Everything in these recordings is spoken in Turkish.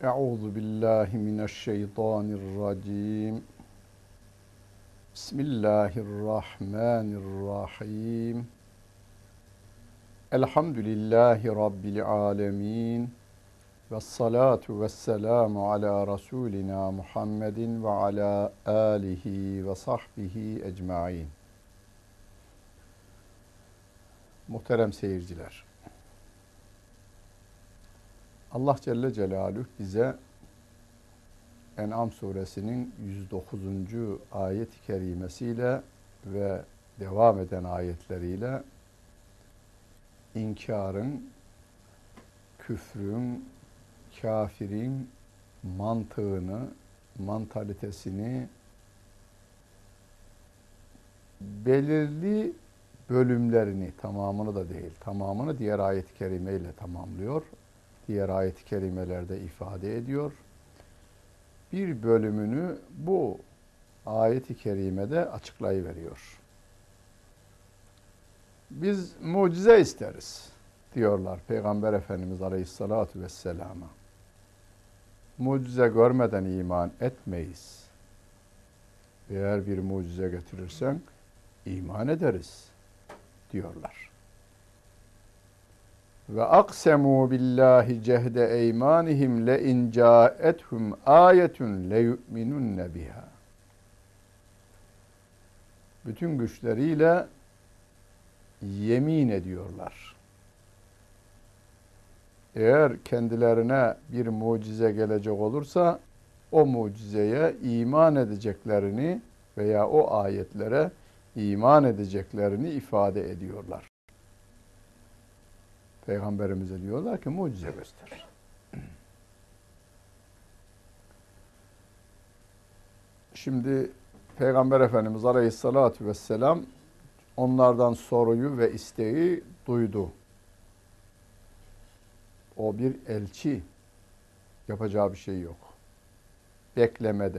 Euzu billahi mineşşeytanirracim. Bismillahirrahmanirrahim. Elhamdülillahi Rabbil alemin. Vessalatu vesselamu ala Resulina Muhammedin ve ala alihi ve sahbihi ecmain. Muhterem seyirciler, Allah Celle Celaluhu bize En'am suresinin 109. ayet-i kerimesiyle ve devam eden ayetleriyle inkarın, küfrün, kafirin mantığını, mantalitesini belirli bölümlerini, tamamını da değil, tamamını diğer ayet-i kerimeyle tamamlıyor. Diğer ayet-i kerimelerde ifade ediyor. Bir bölümünü bu ayet-i kerimede açıklayıveriyor. Biz mucize isteriz diyorlar Peygamber Efendimiz Aleyhisselatü Vesselam'a. Mucize görmeden iman etmeyiz. Eğer bir mucize getirirsen iman ederiz diyorlar. Ve aksemu billahi cehde eymanihim le in caethum ayetun le yu'minunne biha. Bütün güçleriyle yemin ediyorlar. Eğer kendilerine bir mucize gelecek olursa o mucizeye iman edeceklerini veya o ayetlere iman edeceklerini ifade ediyorlar. Peygamberimize diyorlar ki mucize göster. Şimdi Peygamber Efendimiz Aleyhisselatü Vesselam onlardan soruyu ve isteği duydu. O bir elçi, yapacağı bir şey yok. Beklemede.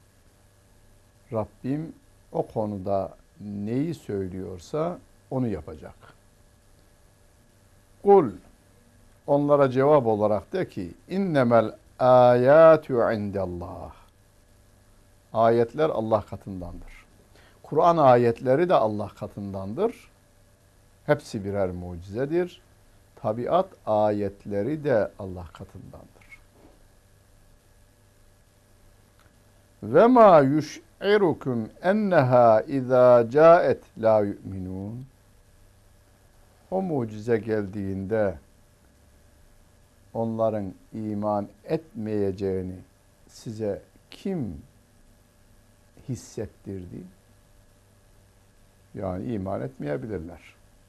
Rabbim o konuda neyi söylüyorsa onu yapacak. Kul, onlara cevap olarak de ki innemel âyâtü indallah. Ayetler Allah katındandır. Kur'an ayetleri de Allah katındandır. Hepsi birer mucizedir. Tabiat ayetleri de Allah katındandır. Ve ma yuş'irukum enneha izâ câet lâ yu'minûn. O mucize geldiğinde onların iman etmeyeceğini size kim hissettirdi? Yani iman etmeyebilirler.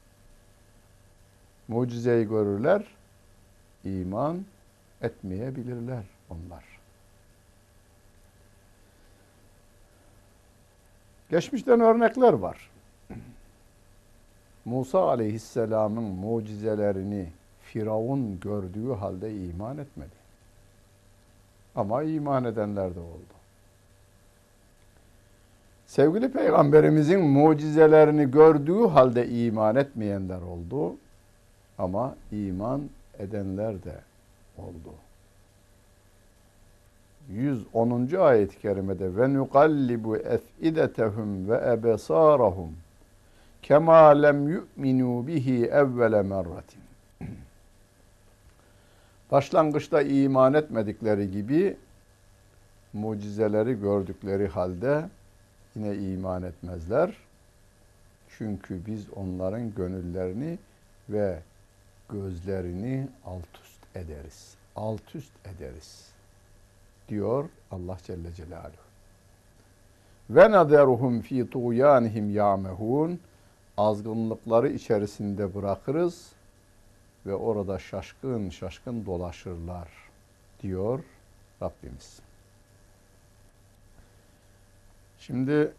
Mucizeyi görürler, iman etmeyebilirler onlar. Geçmişten örnekler var. Musa aleyhisselamın mucizelerini Firavun gördüğü halde iman etmedi. Ama iman edenler de oldu. Sevgili Peygamberimizin mucizelerini gördüğü halde iman etmeyenler oldu. Ama iman edenler de oldu. 110. ayet-i kerimede ve nuqallibu efidetehum ve ebsarahum kema lem yu'minu bihi evvele merratin. Başlangıçta iman etmedikleri gibi mucizeleri gördükleri halde yine iman etmezler. Çünkü biz onların gönüllerini ve gözlerini alt üst ederiz. Alt üst ederiz diyor Allah Celle Celaluhu. Ve naderuhum fi tuğyanihim ya'mehun. Azgınlıkları içerisinde bırakırız ve orada şaşkın şaşkın dolaşırlar diyor Rabbimiz. Şimdi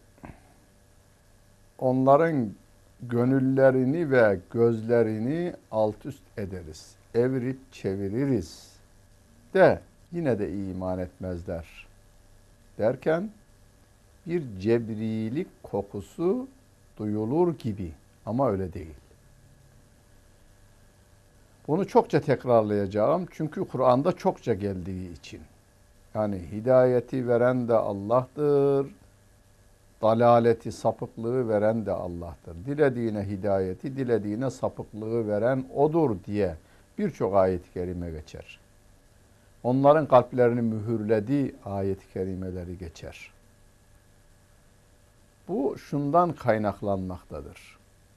onların gönüllerini ve gözlerini alt üst ederiz. Evirip çeviririz de yine de iman etmezler derken bir cebrilik kokusu duyulur gibi ama öyle değil. Bunu çokça tekrarlayacağım çünkü Kur'an'da çokça geldiği için. Yani hidayeti veren de Allah'tır, dalaleti, sapıklığı veren de Allah'tır. Dilediğine hidayeti, dilediğine sapıklığı veren O'dur diye birçok ayet-i kerime geçer. Onların kalplerini mühürlediği ayet-i kerimeleri geçer. Bu şundan kaynaklanmaktadır.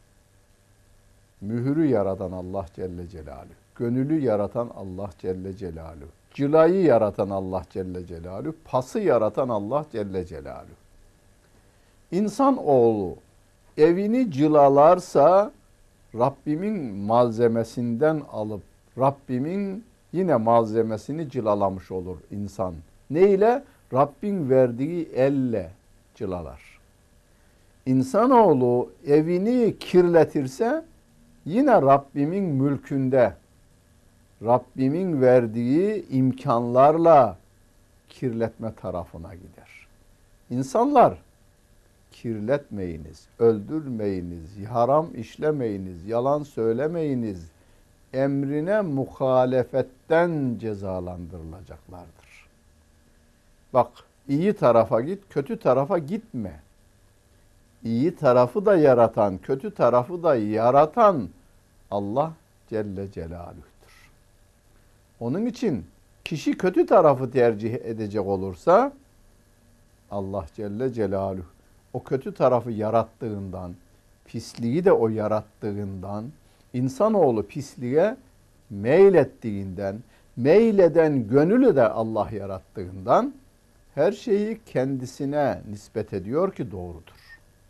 Mühürü yaratan Allah Celle Celaluhu, gönülü yaratan Allah Celle Celaluhu, cılayı yaratan Allah Celle Celaluhu, pası yaratan Allah Celle Celaluhu. İnsan oğlu evini cılalarsa Rabbimin malzemesinden alıp Rabbimin yine malzemesini cılalamış olur insan. Ne ile? Rabbin verdiği elle cılalar. İnsanoğlu evini kirletirse yine Rabbimin mülkünde, Rabbimin verdiği imkanlarla kirletme tarafına gider. İnsanlar kirletmeyiniz, öldürmeyiniz, haram işlemeyiniz, yalan söylemeyiniz emrine muhalefetten cezalandırılacaklardır. Bak, iyi tarafa git, kötü tarafa gitme. İyi tarafı da yaratan, kötü tarafı da yaratan Allah Celle Celaluhu'dur. Onun için kişi kötü tarafı tercih edecek olursa Allah Celle Celaluhu o kötü tarafı yarattığından, pisliği de o yarattığından, insanoğlu pisliğe meylettiğinden, meyleden gönülü de Allah yarattığından her şeyi kendisine nispet ediyor ki doğrudur.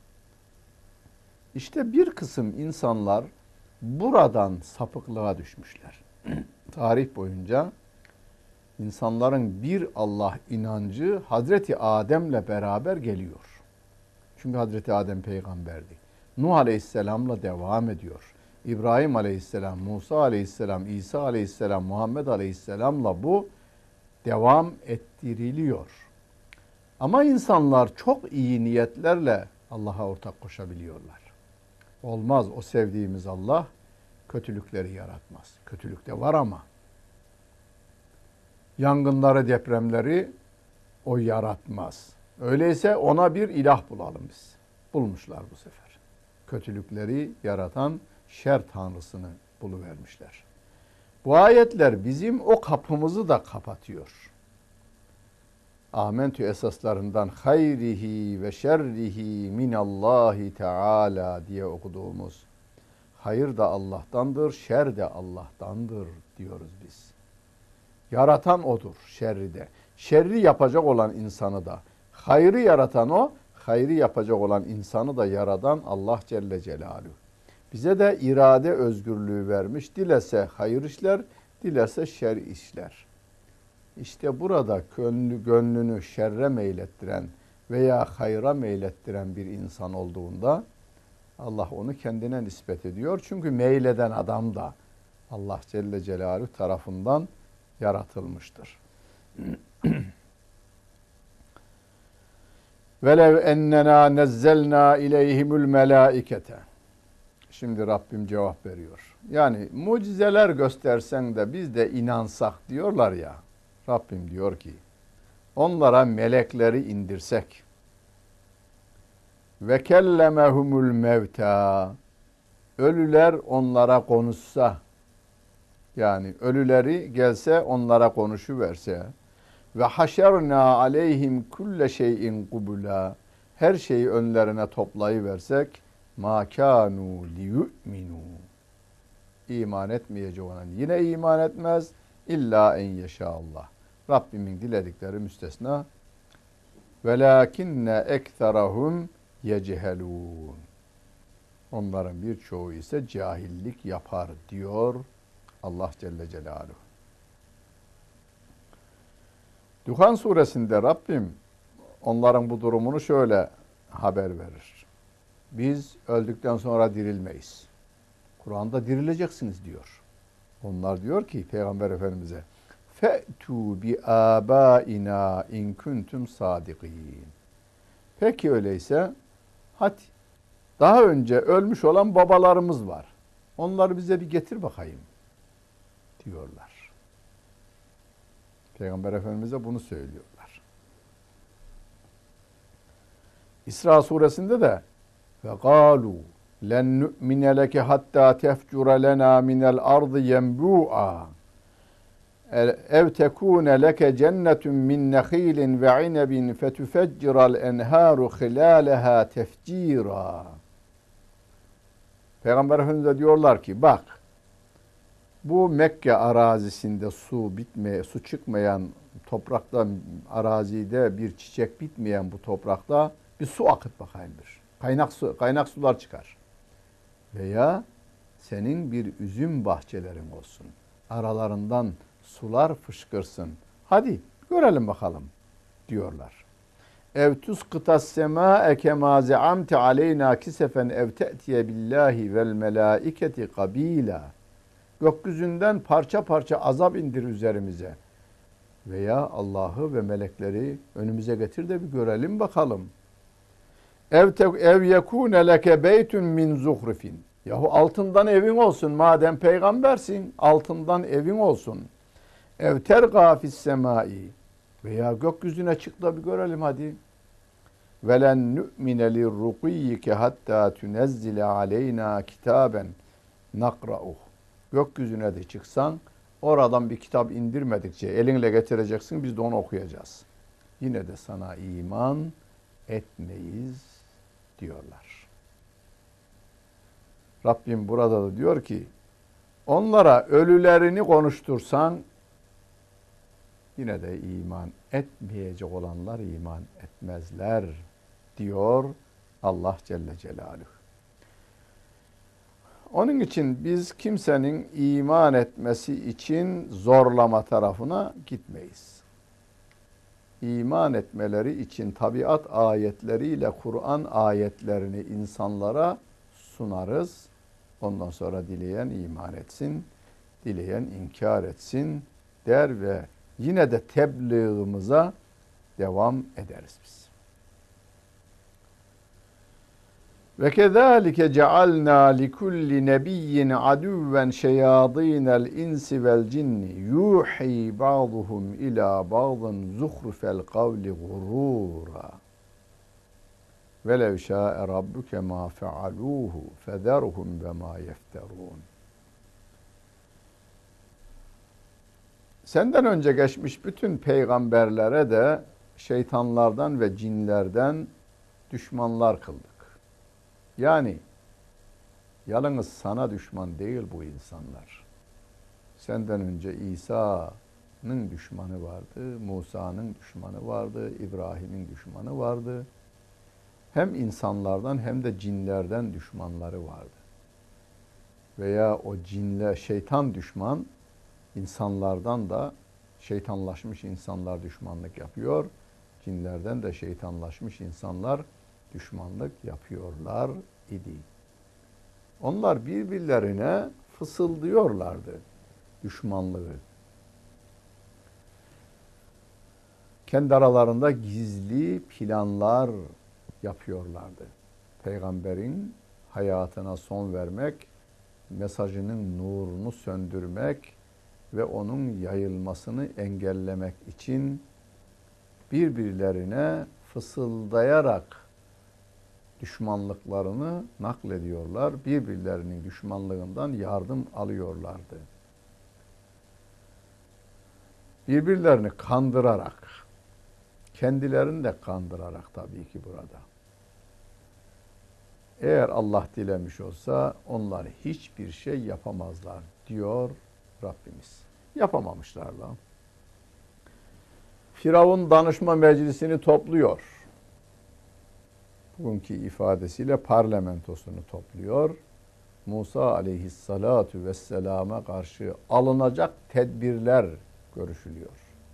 İşte bir kısım insanlar buradan sapıklığa düşmüşler. Tarih boyunca insanların bir Allah inancı Hazreti Adem'le beraber geliyor. Çünkü Hazreti Adem peygamberdi. Nuh Aleyhisselam'la devam ediyor. İbrahim Aleyhisselam, Musa Aleyhisselam, İsa Aleyhisselam, Muhammed Aleyhisselam'la bu devam ettiriliyor. Ama insanlar çok iyi niyetlerle Allah'a ortak koşabiliyorlar. Olmaz, o sevdiğimiz Allah kötülükleri yaratmaz. Kötülük de var ama yangınları, depremleri o yaratmaz. Öyleyse ona bir ilah bulalım biz. Bulmuşlar bu sefer. Kötülükleri yaratan şer tanrısını buluvermişler. Bu ayetler bizim o kapımızı da kapatıyor. Amentü esaslarından hayrihi ve şerrihi minallahi teala diye okuduğumuz hayır da Allah'tandır, şer de Allah'tandır diyoruz biz. Yaratan odur şerri de. Şerri yapacak olan insanı da, hayrı yaratan o, hayrı yapacak olan insanı da yaradan Allah Celle Celaluhu. Bize de irade özgürlüğü vermiş. Dilese hayır işler, dilerse şer işler. İşte burada gönlünü şerre meylettiren veya hayra meylettiren bir insan olduğunda Allah onu kendine nispet ediyor. Çünkü meyleden adam da Allah Celle Celaluhu tarafından yaratılmıştır. Velev ennena nezzelna ileyhimul melaikete. Şimdi Rabbim cevap veriyor. Yani mucizeler göstersen de biz de inansak diyorlar ya. Rabbim diyor ki onlara melekleri indirsek ve kellemehumul mevta, ölüler onlara konuşsa, yani ölüleri gelse onlara konuşuverse ve haşerna aleyhim kulle şeyin kubula, her şeyi önlerine toplayıversek ma kanu liyu'minu, iman etmeyecek olan yine iman etmez illa en yeşallah. Rabbimin diledikleri müstesna. Velakinne ekserahum yecehelun. Onların birçoğu ise cahillik yapar diyor Allah Celle Celaluhu. Duhan suresinde Rabbim onların bu durumunu şöyle haber verir. Biz öldükten sonra dirilmeyiz. Kur'an'da dirileceksiniz diyor. Onlar diyor ki Peygamber Efendimiz'e fe'tu bi abaina in kuntum sadikin. Peki öyleyse hadi daha önce ölmüş olan babalarımız var. Onları bize bir getir bakayım. diyorlar. Peygamber Efendimiz'e bunu söylüyorlar. İsra suresinde de ve galu len nu'mine leke hatta tefcura lena minel ardı yenbu'a ev tekune leke cennetun min nehilin ve inebin fetufecciral enharu hilaleha tefcira. Peygamber Efendimiz'e diyorlar ki bak bu Mekke arazisinde su çıkmayan toprakta, arazide bir çiçek bitmeyen bu toprakta bir su akıt bakayım bir. Kaynak sular çıkar. Veya senin bir üzüm bahçelerin olsun. Aralarından sular fışkırsın. Hadi görelim bakalım diyorlar. Ev tuskıtas semâe kemâ zeamte aleyna kisefen ev te'tiye billahi vel melâiketi kabîlâ. Gökyüzünden parça parça azap indir üzerimize. Veya Allah'ı ve melekleri önümüze getir de bir görelim bakalım. Ev yekûne leke beytun min zuhrifin. Yahu altından evin olsun madem peygambersin. Altından evin olsun. Ev tergâ fissemâi. Veya gökyüzüne çık da bir görelim hadi. Velen nu'mine lirruqiyyike hatta tunezzile aleyna kitaben nakra'uh. Gökyüzüne de çıksan oradan bir kitap indirmedikçe elinle getireceksin, biz de onu okuyacağız. Yine de sana iman etmeyiz diyorlar. Rabbim burada da diyor ki onlara ölülerini konuştursan yine de iman etmeyecek olanlar iman etmezler diyor Allah Celle Celaluhu. Onun için biz kimsenin iman etmesi için zorlama tarafına gitmeyiz. İman etmeleri için tabiat ayetleriyle Kur'an ayetlerini insanlara sunarız. Ondan sonra dileyen iman etsin, dileyen inkar etsin der ve yine de tebliğimize devam ederiz biz. Ve kezalike cealna likulli nebiyyin aduven şeyadînel insi vel cinni yuhi ba'duhum ila ba'din zuhrufel kavli gurura. Velev şâe rabbuke ma fealûhu federhum ve ma yefterûn. Senden önce geçmiş bütün peygamberlere de şeytanlardan ve cinlerden düşmanlar kıldık. Yani yalnız sana düşman değil bu insanlar. Senden önce İsa'nın düşmanı vardı, Musa'nın düşmanı vardı, İbrahim'in düşmanı vardı. Hem insanlardan hem de cinlerden düşmanları vardı. Veya o şeytan düşman, insanlardan da şeytanlaşmış insanlar düşmanlık yapıyor. Cinlerden de şeytanlaşmış insanlar düşmanlık yapıyorlar idi. Onlar birbirlerine fısıldıyorlardı düşmanlığı. Kendi aralarında gizli planlar yapıyorlardı. Peygamberin hayatına son vermek, mesajının nurunu söndürmek ve onun yayılmasını engellemek için birbirlerine fısıldayarak düşmanlıklarını naklediyorlar. Birbirlerinin düşmanlığından yardım alıyorlardı. Birbirlerini kandırarak, kendilerini de kandırarak tabii ki burada. Eğer Allah dilemiş olsa onlar hiçbir şey yapamazlar diyor Rabbimiz. Yapamamışlar lan. Firavun danışma meclisini topluyor. Bugünkü ifadesiyle parlamentosunu topluyor. Musa aleyhissalatu vesselama karşı alınacak tedbirler görüşülüyor.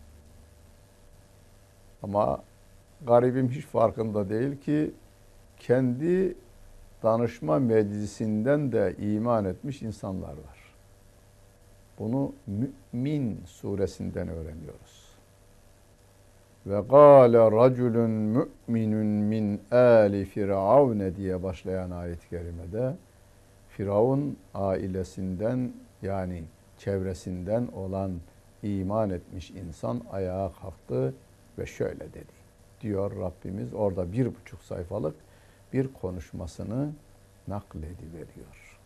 Ama garibim hiç farkında değil ki kendi danışma meclisinden de iman etmiş insanlar var. Bunu Mü'min suresinden öğreniyoruz. Ve gâle raculun mü'minun min âli firavune diye başlayan ayet-i kerimede Firavun ailesinden yani çevresinden olan iman etmiş insan ayağa kalktı ve şöyle dedi diyor Rabbimiz. Orada 1,5 sayfalık bir konuşmasını naklediveriyor.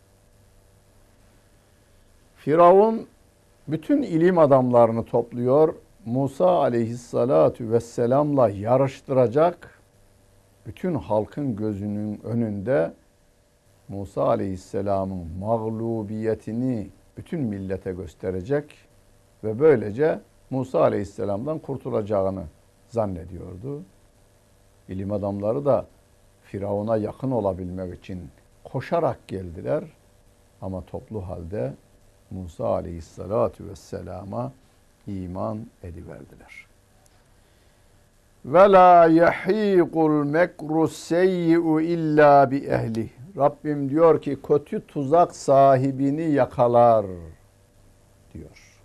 Firavun bütün ilim adamlarını topluyor. Musa aleyhissalatu vesselam'la yarıştıracak. Bütün halkın gözünün önünde Musa aleyhisselamın mağlubiyetini bütün millete gösterecek ve böylece Musa aleyhisselamdan kurtulacağını zannediyordu. İlim adamları da Firavun'a yakın olabilmek için koşarak geldiler ama toplu halde Musa aleyhissalatu vesselama iman ediverdiler. Ve la yahiqul mekru seyyi'u illa bi ehli. Rabbim diyor ki kötü tuzak sahibini yakalar diyor.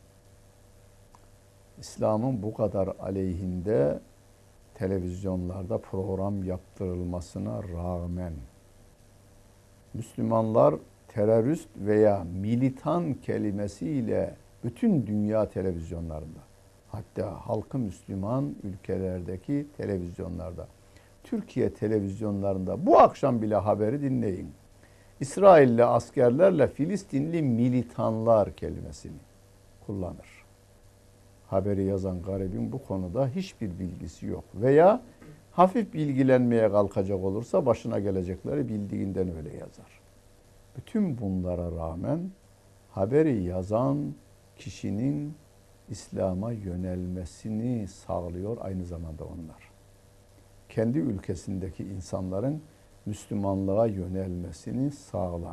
İslam'ın bu kadar aleyhinde televizyonlarda program yaptırılmasına rağmen Müslümanlar terörist veya militan kelimesiyle bütün dünya televizyonlarında, hatta halkı Müslüman ülkelerdeki televizyonlarda, Türkiye televizyonlarında bu akşam bile haberi dinleyin. İsrailli askerlerle Filistinli militanlar kelimesini kullanır. Haberi yazan garibin bu konuda hiçbir bilgisi yok. Veya hafif bilgilenmeye kalkacak olursa başına gelecekleri bildiğinden öyle yazar. Bütün bunlara rağmen haberi yazan kişinin İslam'a yönelmesini sağlıyor aynı zamanda onlar. Kendi ülkesindeki insanların Müslümanlığa yönelmesini sağlar.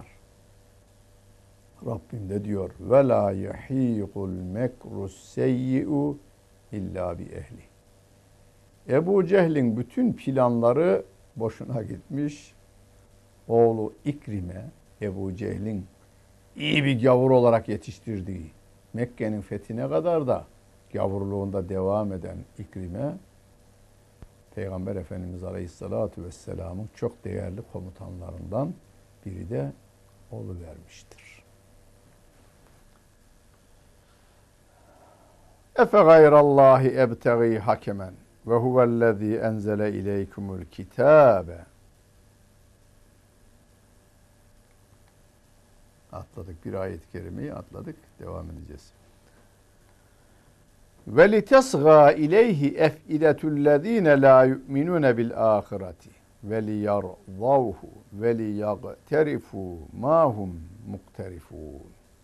Rabbim de diyor ve la yahiqul mekrus seyyi'u illa bi ehli. Ebu Cehil'in bütün planları boşuna gitmiş. Oğlu İkrim'e Ebu Cehil'in iyi bir gavur olarak yetiştirdiği Mekke'nin fethine kadar da gavurluğunda devam eden İkrim'e Peygamber Efendimiz Aleyhisselatü Vesselam'ın çok değerli komutanlarından biri de oluvermiştir. Efe gayrallahi ebtegi hakemen ve huvellezî enzele ileykumul kitâbe. Atladık. Bir ayet-i kerimeyi atladık. Devam edeceğiz. Ve litesgâ ileyhi ef'idetullezîne lâ yu'minûne bil âhireti ve liyardavhu ve liyagterifû mâ hum mukterifûn.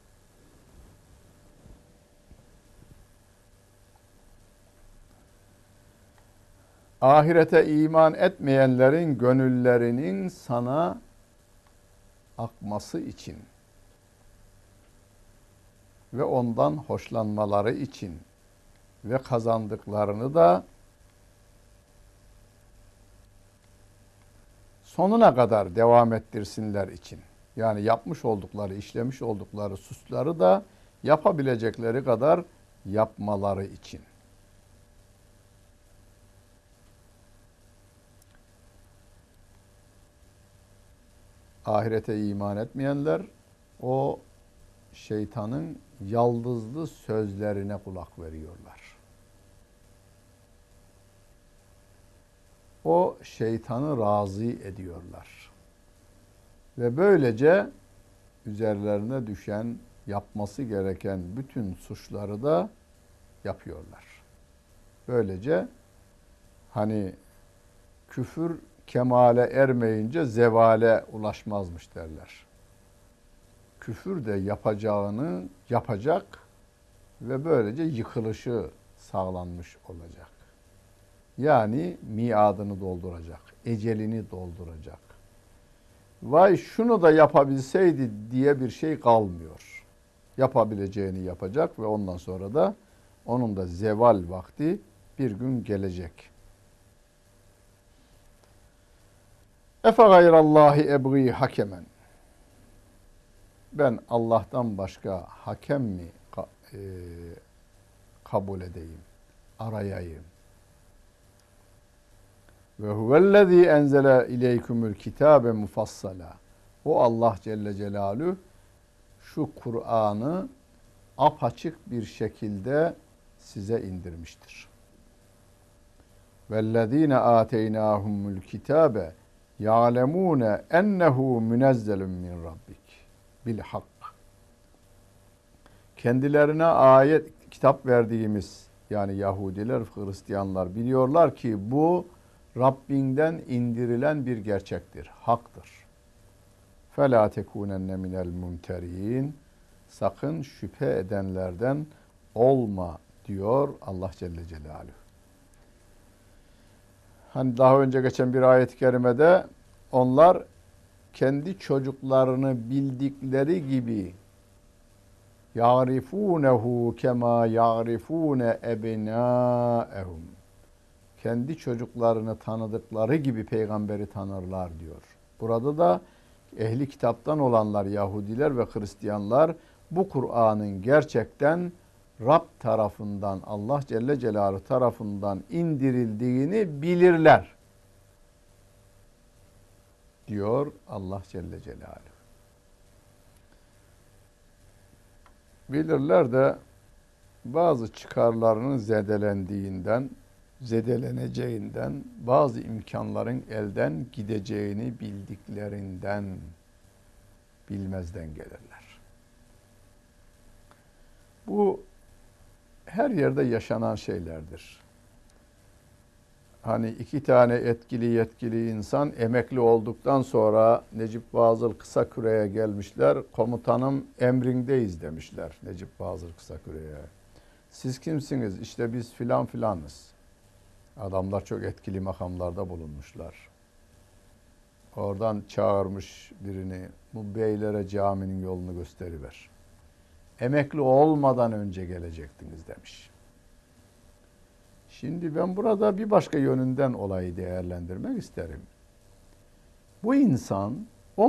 Ahirete iman etmeyenlerin gönüllerinin sana akması için ve ondan hoşlanmaları için ve kazandıklarını da sonuna kadar devam ettirsinler için. Yani yapmış oldukları, işlemiş oldukları suçları da yapabilecekleri kadar yapmaları için. Ahirete iman etmeyenler o şeytanın yaldızlı sözlerine kulak veriyorlar. O şeytanı razı ediyorlar. Ve böylece üzerlerine düşen, yapması gereken bütün suçları da yapıyorlar. Böylece hani küfür kemale ermeyince zevale ulaşmazmış derler. Küfür de yapacağını yapacak ve böylece yıkılışı sağlanmış olacak. Yani miadını dolduracak, ecelini dolduracak. Vay şunu da yapabilseydi diye bir şey kalmıyor. Yapabileceğini yapacak ve ondan sonra da onun da zeval vakti bir gün gelecek. Efe gayrallahi ebgî hakemen. Ben Allah'tan başka hakem mi kabul edeyim, arayayım? Ve huvellezî enzele ileykumul kitâbe mufassala. O Allah Celle Celaluhu şu Kur'an'ı apaçık bir şekilde size indirmiştir. وَالَّذ۪ينَ آتَيْنَاهُمُ الْكِتَابَ يَعْلَمُونَ اَنَّهُ مُنَزَّلٌ مِنْ رَبِّكِ بِالْحَقِّ. Kendilerine ayet, kitap verdiğimiz, yani Yahudiler, Hristiyanlar biliyorlar ki bu Rabbinden indirilen bir gerçektir, haktır. فَلَا تَكُونَنَّ مِنَ الْمُمْتَرِينَ. Sakın şüphe edenlerden olma diyor Allah Celle Celaluhu. Hani daha önce geçen bir ayet-i kerimede onlar kendi çocuklarını bildikleri gibi يَعْرِفُونَهُ كَمَا يَعْرِفُونَ اَبْنَاءَهُمْ. Kendi çocuklarını tanıdıkları gibi peygamberi tanırlar diyor. Burada da ehli kitaptan olanlar Yahudiler ve Hristiyanlar bu Kur'an'ın gerçekten Rab tarafından, Allah Celle Celaluhu tarafından indirildiğini bilirler diyor Allah Celle Celaluhu. Bilirler de bazı çıkarlarının zedeleneceğinden, bazı imkanların elden gideceğini bildiklerinden bilmezden gelirler. Bu her yerde yaşanan şeylerdir. Hani iki tane etkili yetkili insan emekli olduktan sonra Necip Fazıl Kısaküre'ye gelmişler. Komutanım emrindeyiz demişler Necip Fazıl Kısaküre'ye. Siz kimsiniz? İşte biz filan filanız. Adamlar çok etkili makamlarda bulunmuşlar. Oradan çağırmış birini, bu beylere caminin yolunu gösteriver. Emekli olmadan önce gelecektiniz demiş. Şimdi ben burada bir başka yönünden olayı değerlendirmek isterim. Bu insan o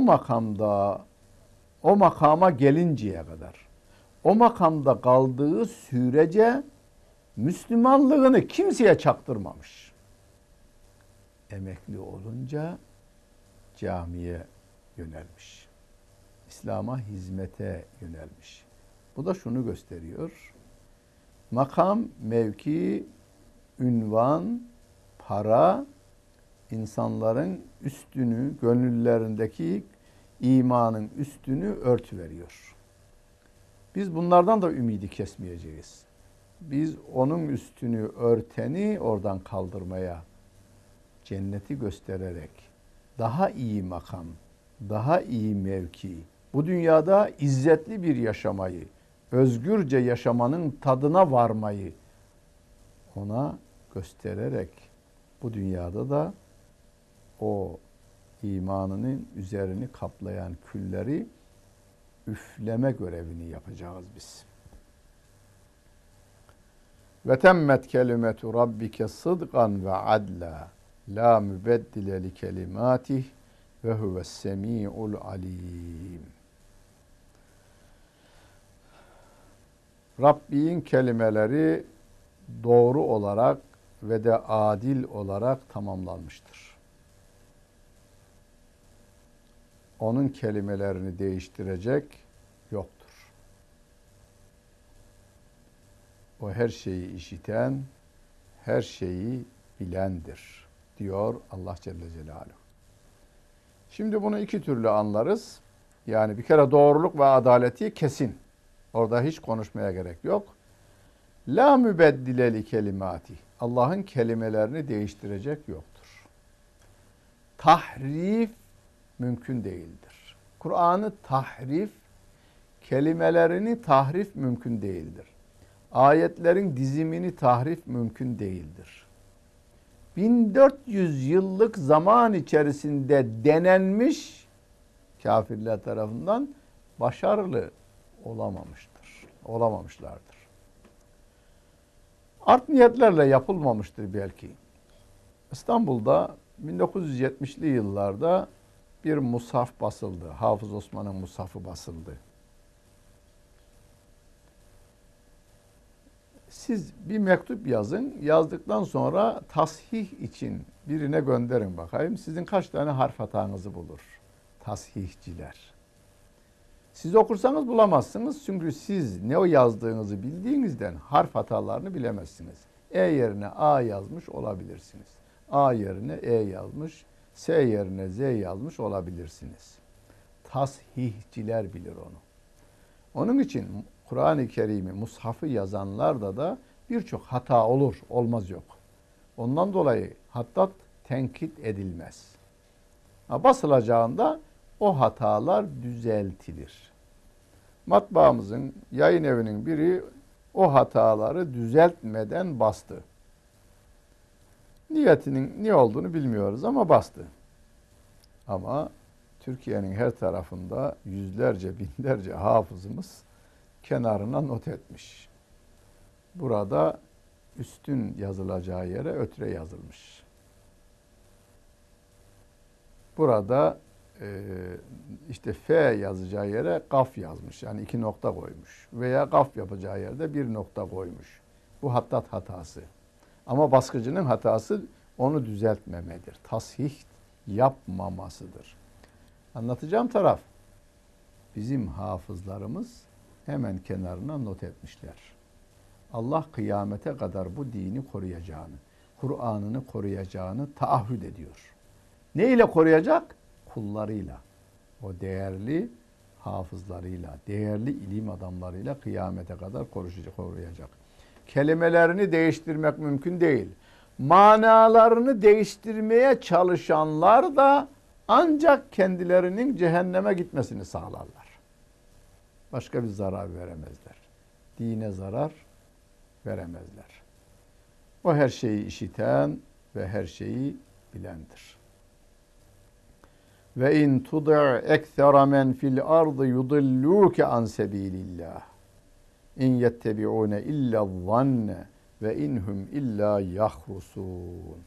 makama gelinceye kadar, o makamda kaldığı sürece Müslümanlığını kimseye çaktırmamış. Emekli olunca camiye yönelmiş. İslam'a hizmete yönelmiş. Bu da şunu gösteriyor. Makam, mevki, ünvan, para insanların üstünü, gönüllerindeki imanın üstünü örtüveriyor. Biz bunlardan da ümidi kesmeyeceğiz. Biz onun üstünü örteni oradan kaldırmaya, cenneti göstererek daha iyi makam, daha iyi mevki, bu dünyada izzetli bir yaşamayı, özgürce yaşamanın tadına varmayı ona göstererek bu dünyada da o imanının üzerini kaplayan külleri üfleme görevini yapacağız biz. Ve temmet kelimetu rabbike sıdkan ve adla la mübeddile li kelimatih ve huves semi'ul alim. Rabbin kelimeleri doğru olarak ve de adil olarak tamamlanmıştır. Onun kelimelerini değiştirecek yoktur. O her şeyi işiten, her şeyi bilendir diyor Allah Celle Celaluhu. Şimdi bunu iki türlü anlarız. Yani bir kere doğruluk ve adaleti kesin. Orada hiç konuşmaya gerek yok. La mübeddile li kelimati. Allah'ın kelimelerini değiştirecek yoktur. Tahrif mümkün değildir. Kur'an'ı tahrif, kelimelerini tahrif mümkün değildir. Ayetlerin dizimini tahrif mümkün değildir. 1400 yıllık zaman içerisinde denenmiş, kafirler tarafından başarılı olamamışlardır. Art niyetlerle yapılmamıştır belki. İstanbul'da 1970'li yıllarda bir mushaf basıldı. Hafız Osman'ın mushafı basıldı. Siz bir mektup yazın. Yazdıktan sonra tasih için birine gönderin bakayım. Sizin kaç tane harf hatanızı bulur? Tasihçiler. Siz okursanız bulamazsınız. Çünkü siz ne o yazdığınızı bildiğinizden harf hatalarını bilemezsiniz. E yerine A yazmış olabilirsiniz. A yerine E yazmış, S yerine Z yazmış olabilirsiniz. Tashihçiler bilir onu. Onun için Kur'an-ı Kerim'i, mushafı yazanlarda da birçok hata olur, olmaz yok. Ondan dolayı hattat tenkit edilmez. Basılacağında o hatalar düzeltilir. Matbaamızın, yayın evinin biri o hataları düzeltmeden bastı. Niyetinin ne olduğunu bilmiyoruz ama bastı. Ama Türkiye'nin her tarafında yüzlerce, binlerce hafızımız kenarına not etmiş. Burada üstün yazılacağı yere ötre yazılmış. Burada işte F yazacağı yere kaf yazmış. Yani 2 nokta koymuş. Veya kaf yapacağı yerde 1 nokta koymuş. Bu hattat hatası. Ama baskıcının hatası onu düzeltmemedir. Tasih yapmamasıdır. Anlatacağım taraf, bizim hafızlarımız hemen kenarına not etmişler. Allah kıyamete kadar bu dini koruyacağını, Kur'an'ını koruyacağını taahhüt ediyor. Ne ile koruyacak? Kullarıyla. O değerli hafızlarıyla, değerli ilim adamlarıyla kıyamete kadar koruyacak. Kelimelerini değiştirmek mümkün değil. Manalarını değiştirmeye çalışanlar da ancak kendilerinin cehenneme gitmesini sağlarlar. Başka bir zarar veremezler. Dine zarar veremezler. O her şeyi işiten ve her şeyi bilendir. Ve in tud'i ekthera men fil ardı yudilluke an sebilillah. İn yettebi'une illa zanne ve inhum illa yahrusun.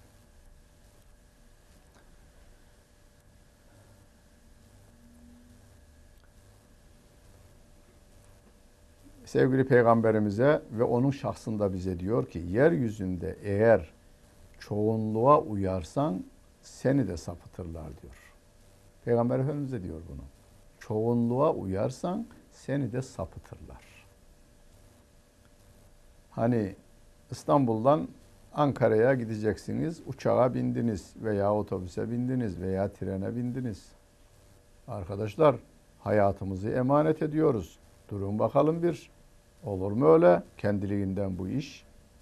Sevgili Peygamberimize ve onun şahsında bize diyor ki, yeryüzünde eğer çoğunluğa uyarsan seni de sapıtırlar diyor. Peygamber Efendimiz'e diyor bunu. Çoğunluğa uyarsan seni de sapıtırlar. Hani İstanbul'dan Ankara'ya gideceksiniz, uçağa bindiniz veya otobüse bindiniz veya trene bindiniz. Arkadaşlar, hayatımızı emanet ediyoruz. Durun bakalım bir. Olur mu öyle? Kendiliğinden bu iş.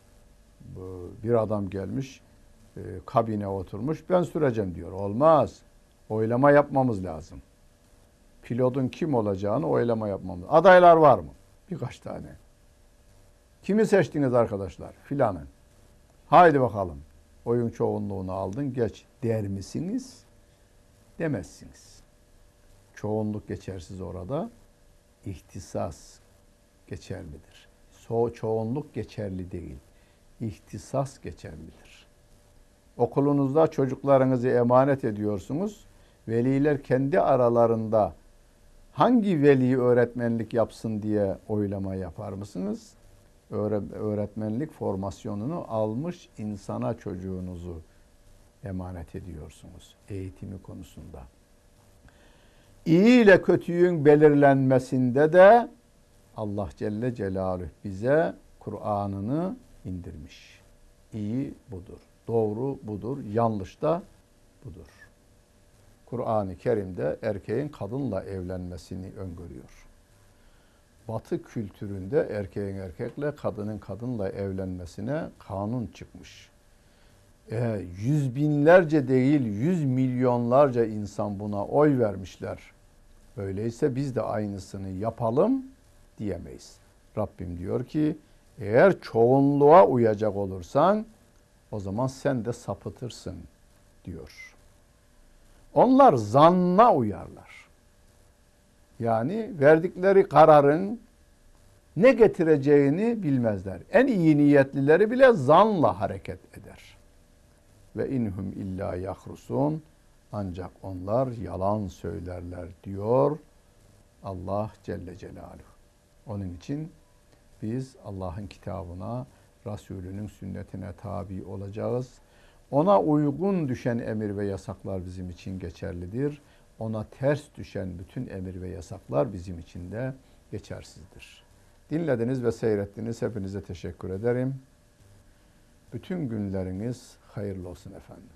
Bir adam gelmiş, kabine oturmuş, ben süreceğim diyor. Olmaz. Oylama yapmamız lazım. Pilotun kim olacağını oylama yapmamız lazım. Adaylar var mı? Birkaç tane. Kimi seçtiniz arkadaşlar? Filanın. Haydi bakalım. Oyun çoğunluğunu aldın, geç der misiniz? Demezsiniz. Çoğunluk geçersiz orada. İhtisas geçerlidir. Çoğunluk geçerli değil. İhtisas geçerlidir. Okulunuzda çocuklarınızı emanet ediyorsunuz. Veliler kendi aralarında hangi veli öğretmenlik yapsın diye oylama yapar mısınız? Öğretmenlik formasyonunu almış insana çocuğunuzu emanet ediyorsunuz eğitimi konusunda. İyi ile kötüyün belirlenmesinde de Allah Celle Celaluhu bize Kur'an'ını indirmiş. İyi budur, doğru budur, yanlış da budur. Kur'an-ı Kerim'de erkeğin kadınla evlenmesini öngörüyor. Batı kültüründe erkeğin erkekle, kadının kadınla evlenmesine kanun çıkmış. Yüz binlerce değil, 100 milyonlarca insan buna oy vermişler. Öyleyse biz de aynısını yapalım diyemeyiz. Rabbim diyor ki, eğer çoğunluğa uyacak olursan o zaman sen de sapıtırsın diyor. Onlar zanna uyarlar. Yani verdikleri kararın ne getireceğini bilmezler. En iyi niyetlileri bile zanla hareket eder. Ve inhum illa yahrusun, ancak onlar yalan söylerler diyor Allah Celle Celaluhu. Onun için biz Allah'ın kitabına, Resulünün sünnetine tabi olacağız. Ona uygun düşen emir ve yasaklar bizim için geçerlidir. ona ters düşen bütün emir ve yasaklar bizim için de geçersizdir. Dinlediniz ve seyrettiniz. Hepinize teşekkür ederim. Bütün günleriniz hayırlı olsun efendim.